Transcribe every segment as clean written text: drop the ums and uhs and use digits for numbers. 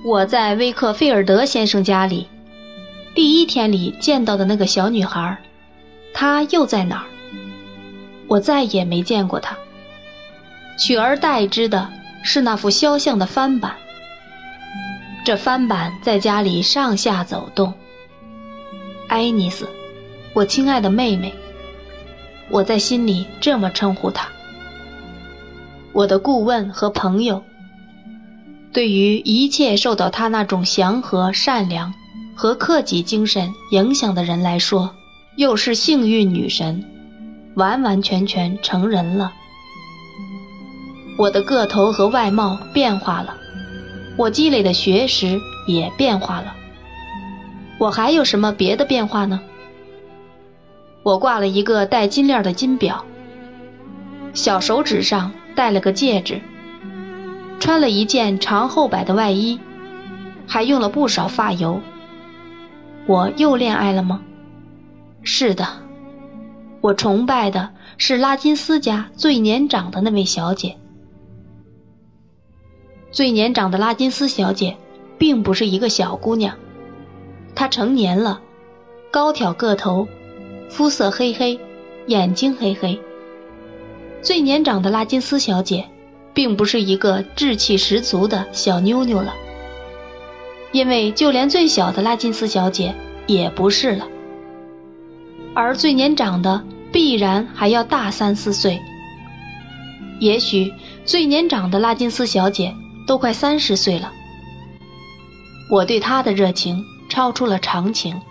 我在威克菲尔德先生家里，第一天里见到的那个小女孩，她又在哪儿？我再也没见过她。取而代之的是那幅肖像的翻版。这翻版在家里上下走动。爱丽丝，我亲爱的妹妹，我在心里这么称呼她。我的顾问和朋友，对于一切受到她那种祥和、善良和克己精神影响的人来说，又是幸运女神，完完全全成人了。我的个头和外貌变化了，我积累的学识也变化了。我还有什么别的变化呢？我挂了一个带金链的金表，小手指上戴了个戒指，穿了一件长厚摆的外衣，还用了不少发油。我又恋爱了吗？是的，我崇拜的是拉金斯家最年长的那位小姐。最年长的拉金斯小姐并不是一个小姑娘，她成年了，高挑个头，肤色黑黑，眼睛黑黑。最年长的拉金斯小姐并不是一个志气十足的小妞妞了，因为就连最小的拉金斯小姐也不是了，而最年长的必然还要大3-4岁。也许最年长的拉金斯小姐都快30岁了。我对她的热情超出了常情。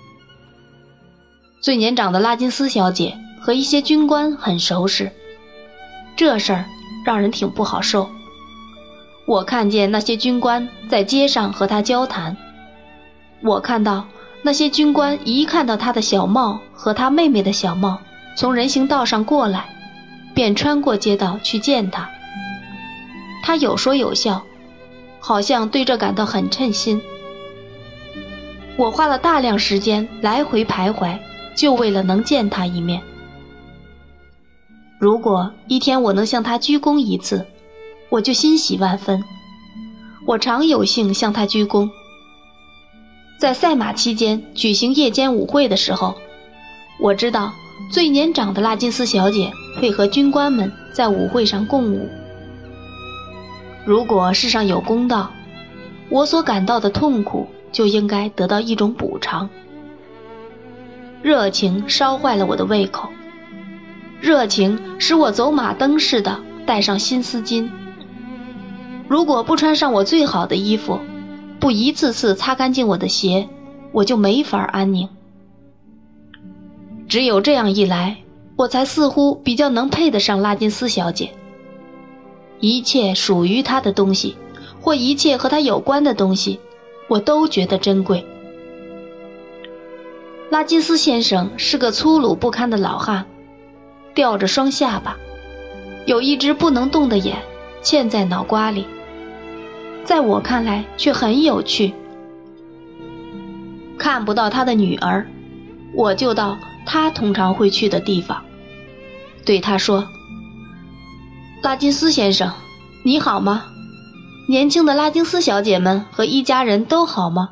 最年长的拉金斯小姐和一些军官很熟识，这事儿让人挺不好受。我看见那些军官在街上和她交谈，我看到那些军官一看到她的小帽和她妹妹的小帽从人行道上过来，便穿过街道去见她。她有说有笑，好像对这感到很称心。我花了大量时间来回徘徊，就为了能见她一面。如果一天我能向她鞠躬一次，我就欣喜万分。我常有幸向她鞠躬。在赛马期间举行夜间舞会的时候，我知道最年长的拉金斯小姐会和军官们在舞会上共舞。如果世上有公道，我所感到的痛苦就应该得到一种补偿。热情烧坏了我的胃口，热情使我走马灯似的带上新丝巾。如果不穿上我最好的衣服，不一次次擦干净我的鞋，我就没法安宁。只有这样一来，我才似乎比较能配得上拉金斯小姐。一切属于她的东西，或一切和她有关的东西，我都觉得珍贵。拉金斯先生是个粗鲁不堪的老汉，吊着双下巴，有一只不能动的眼嵌在脑瓜里，在我看来却很有趣。看不到他的女儿，我就到他通常会去的地方，对他说：拉金斯先生，你好吗？年轻的拉金斯小姐们和一家人都好吗？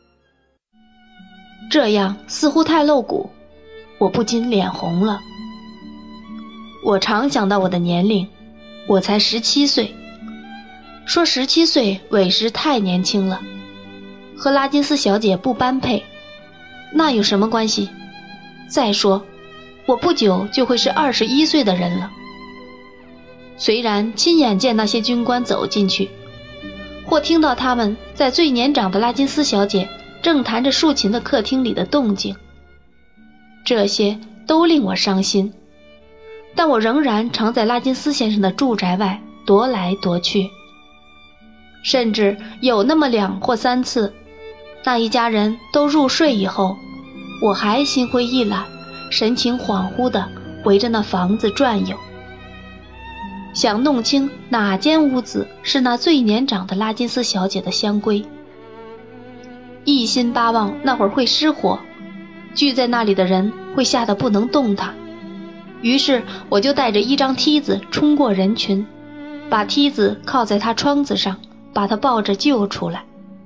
这样似乎太露骨，我不禁脸红了。我常想到我的年龄，我才17岁。说17岁委实太年轻了，和拉金斯小姐不般配，那有什么关系？再说，我不久就会是21岁的人了。虽然亲眼见那些军官走进去，或听到他们在最年长的拉金斯小姐正弹着竖琴的客厅里的动静，这些都令我伤心，但我仍然常在拉金斯先生的住宅外踱来踱去。甚至有那么2或3次，那一家人都入睡以后，我还心灰意懒，神情恍惚地围着那房子转悠，想弄清哪间屋子是那最年长的拉金斯小姐的香闺。一心巴望那会儿会失火，聚在那里的人会吓得不能动弹。于是我就带着一张梯子冲过人群，把梯子靠在她窗子上，把她抱着救出来。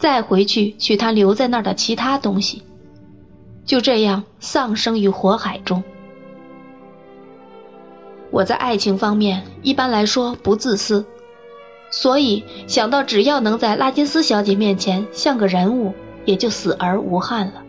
再回去取他留在那儿的其他东西，就这样丧生于火海中。我在爱情方面一般来说不自私，所以想到只要能在拉金斯小姐面前像个人物，也就死而无憾了。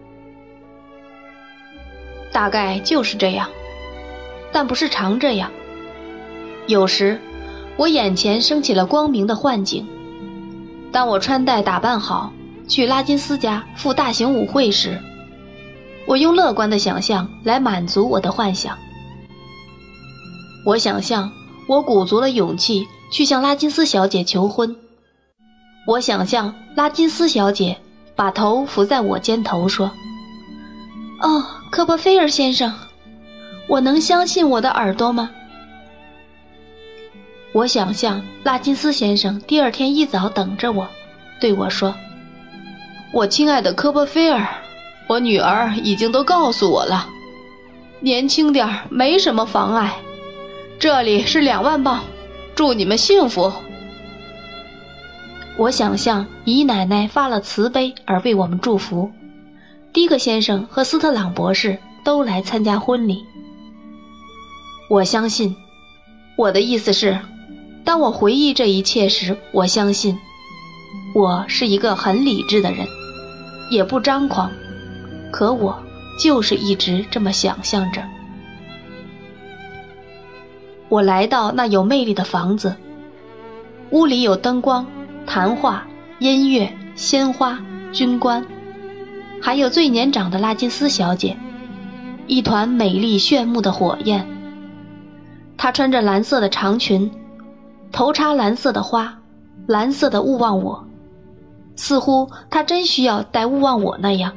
大概就是这样，但不是常这样。有时我眼前升起了光明的幻境，当我穿戴打扮好去拉金斯家赴大型舞会时，我用乐观的想象来满足我的幻想。我想象我鼓足了勇气去向拉金斯小姐求婚，我想象拉金斯小姐把头伏在我肩头说：哦，科波菲尔先生，我能相信我的耳朵吗？我想象拉金斯先生第二天一早等着我，对我说：我亲爱的科波菲尔，我女儿已经都告诉我了，年轻点没什么妨碍，这里是2万镑，祝你们幸福。我想象姨奶奶发了慈悲而为我们祝福，迪克先生和斯特朗博士都来参加婚礼。我相信，我的意思是，当我回忆这一切时，我相信我是一个很理智的人，也不张狂，可我就是一直这么想象着。我来到那有魅力的房子，屋里有灯光、谈话、音乐、鲜花、军官，还有最年长的拉金斯小姐，一团美丽炫目的火焰。她穿着蓝色的长裙，头插蓝色的花，蓝色的勿忘我，似乎她真需要戴勿忘我那样。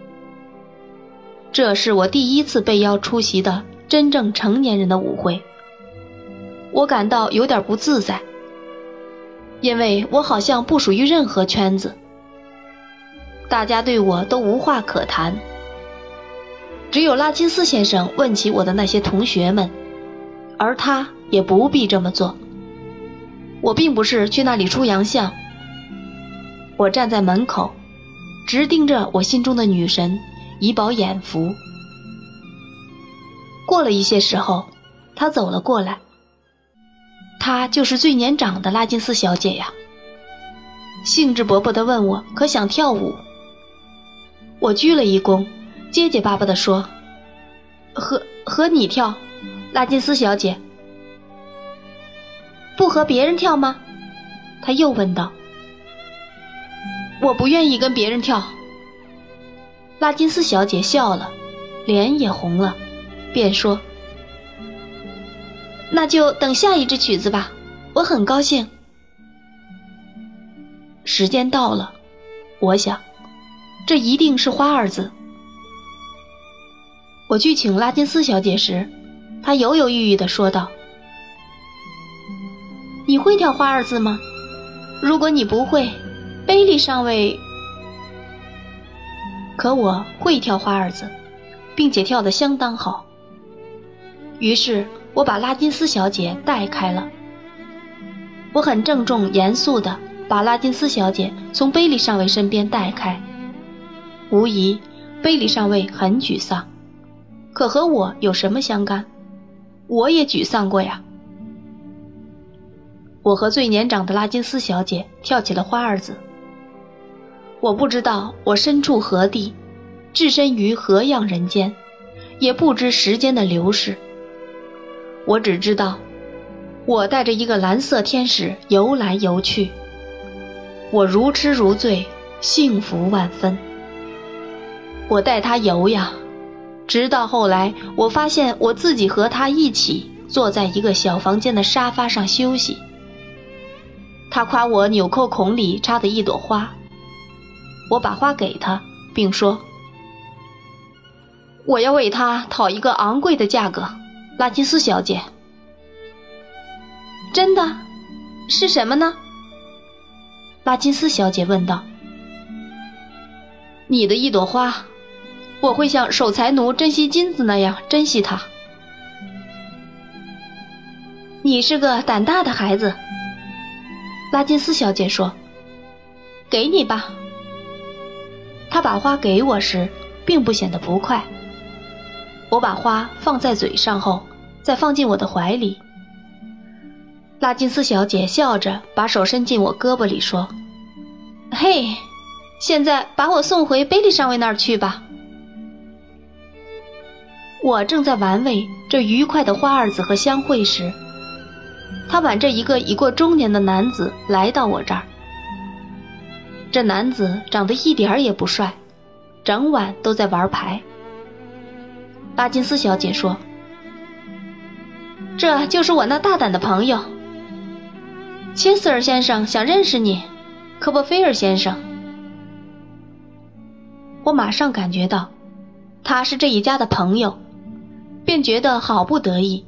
这是我第一次被邀出席的真正成年人的舞会，我感到有点不自在，因为我好像不属于任何圈子，大家对我都无话可谈，只有拉金斯先生问起我的那些同学们，而他也不必这么做。我并不是去那里出洋相，我站在门口，直盯着我心中的女神，以饱眼福。过了一些时候，她走了过来，她就是最年长的拉金斯小姐呀，兴致勃勃地问我可想跳舞。我鞠了一躬，结结巴巴地说：和你跳，拉金斯小姐。不和别人跳吗？她又问道。我不愿意跟别人跳。拉金斯小姐笑了，脸也红了，便说：那就等下一支曲子吧，我很高兴。时间到了，我想这一定是花儿子。我去请拉金斯小姐时，她犹犹豫豫地说道：你会跳花儿子吗？如果你不会，贝利上尉。可我会跳花儿子，并且跳得相当好。于是我把拉金斯小姐带开了。我很郑重严肃地把拉金斯小姐从贝利上尉身边带开。无疑贝利上尉很沮丧，可和我有什么相干？我也沮丧过呀。我和最年长的拉金斯小姐跳起了花儿子。我不知道我身处何地，置身于何样人间，也不知时间的流逝。我只知道我带着一个蓝色天使游来游去，我如痴如醉，幸福万分。我带他游呀，直到后来我发现我自己和他一起坐在一个小房间的沙发上休息。他夸我纽扣孔里插的一朵花，我把花给他，并说：我要为他讨一个昂贵的价格，拉金斯小姐。真的？是什么呢？拉金斯小姐问道。你的一朵花，我会像守财奴珍惜金子那样珍惜它。你是个胆大的孩子，拉金斯小姐说。给你吧， 他把花给我时并不显得不快。我把花放在嘴上后，再放进我的怀里。拉金斯小姐笑着把手伸进我胳膊里说：嘿，现在把我送回贝利上尉那儿去吧。我正在玩味这愉快的花儿子和相会时，他挽着一个已过中年的男子来到我这儿。这男子长得一点儿也不帅，整晚都在玩牌。拉金斯小姐说：这就是我那大胆的朋友，切斯尔先生想认识你，科波菲尔先生。我马上感觉到他是这一家的朋友，便觉得好不得意。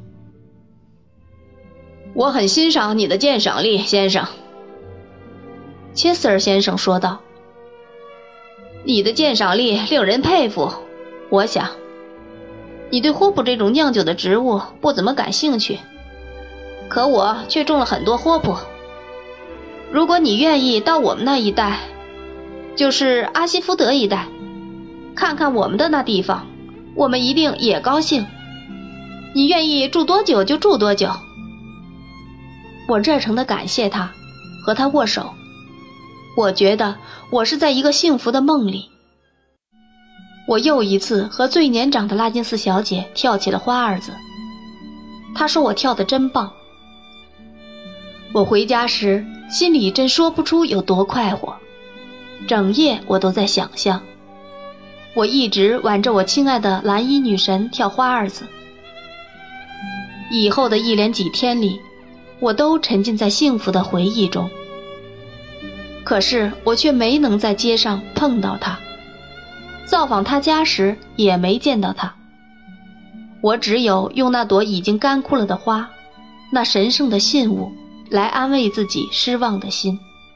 我很欣赏你的鉴赏力，先生，切斯尔先生说道。你的鉴赏力令人佩服，我想你对霍普这种酿酒的植物不怎么感兴趣，可我却种了很多霍普。如果你愿意到我们那一带，就是阿西福德一带，看看我们的那地方，我们一定也高兴。你愿意住多久就住多久。我热诚地感谢他，和他握手。我觉得我是在一个幸福的梦里。我又一次和最年长的拉金斯小姐跳起了花儿子。她说我跳得真棒。我回家时心里真说不出有多快活，整夜我都在想象。我一直挽着我亲爱的蓝衣女神跳花儿子。以后的一连几天里，我都沉浸在幸福的回忆中。可是我却没能在街上碰到她，造访她家时也没见到她。我只有用那朵已经干枯了的花，那神圣的信物，来安慰自己失望的心。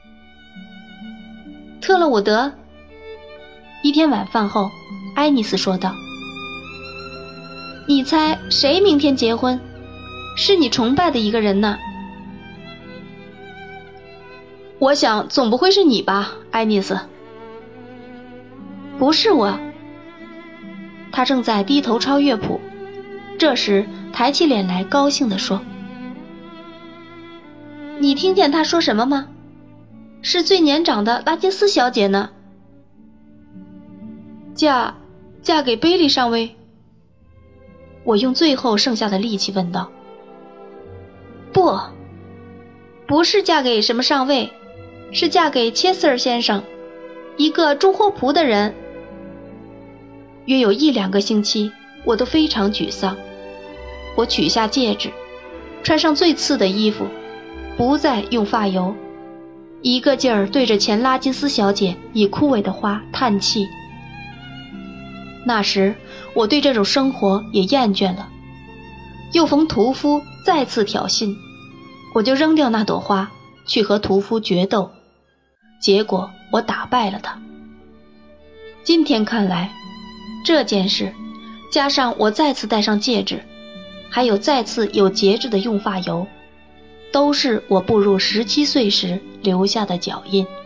特勒伍德，一天晚饭后，埃尼斯说道：你猜谁明天结婚？是你崇拜的一个人呢。我想总不会是你吧，埃尼斯。不是我。他正在低头抄乐谱，这时抬起脸来高兴地说：你听见他说什么吗？是最年长的拉金斯小姐呢。嫁给贝利上尉？我用最后剩下的力气问道。不是嫁给什么上尉，是嫁给切斯尔先生，一个种霍普的人。约有1-2个星期，我都非常沮丧。我取下戒指，穿上最次的衣服，不再用发油，一个劲儿对着前拉金斯小姐已枯萎的花叹气。那时我对这种生活也厌倦了，又逢屠夫再次挑衅，我就扔掉那朵花，去和屠夫决斗。结果我打败了他。今天看来，这件事加上我再次戴上戒指，还有再次有节制的用发油，都是我步入17岁时留下的脚印。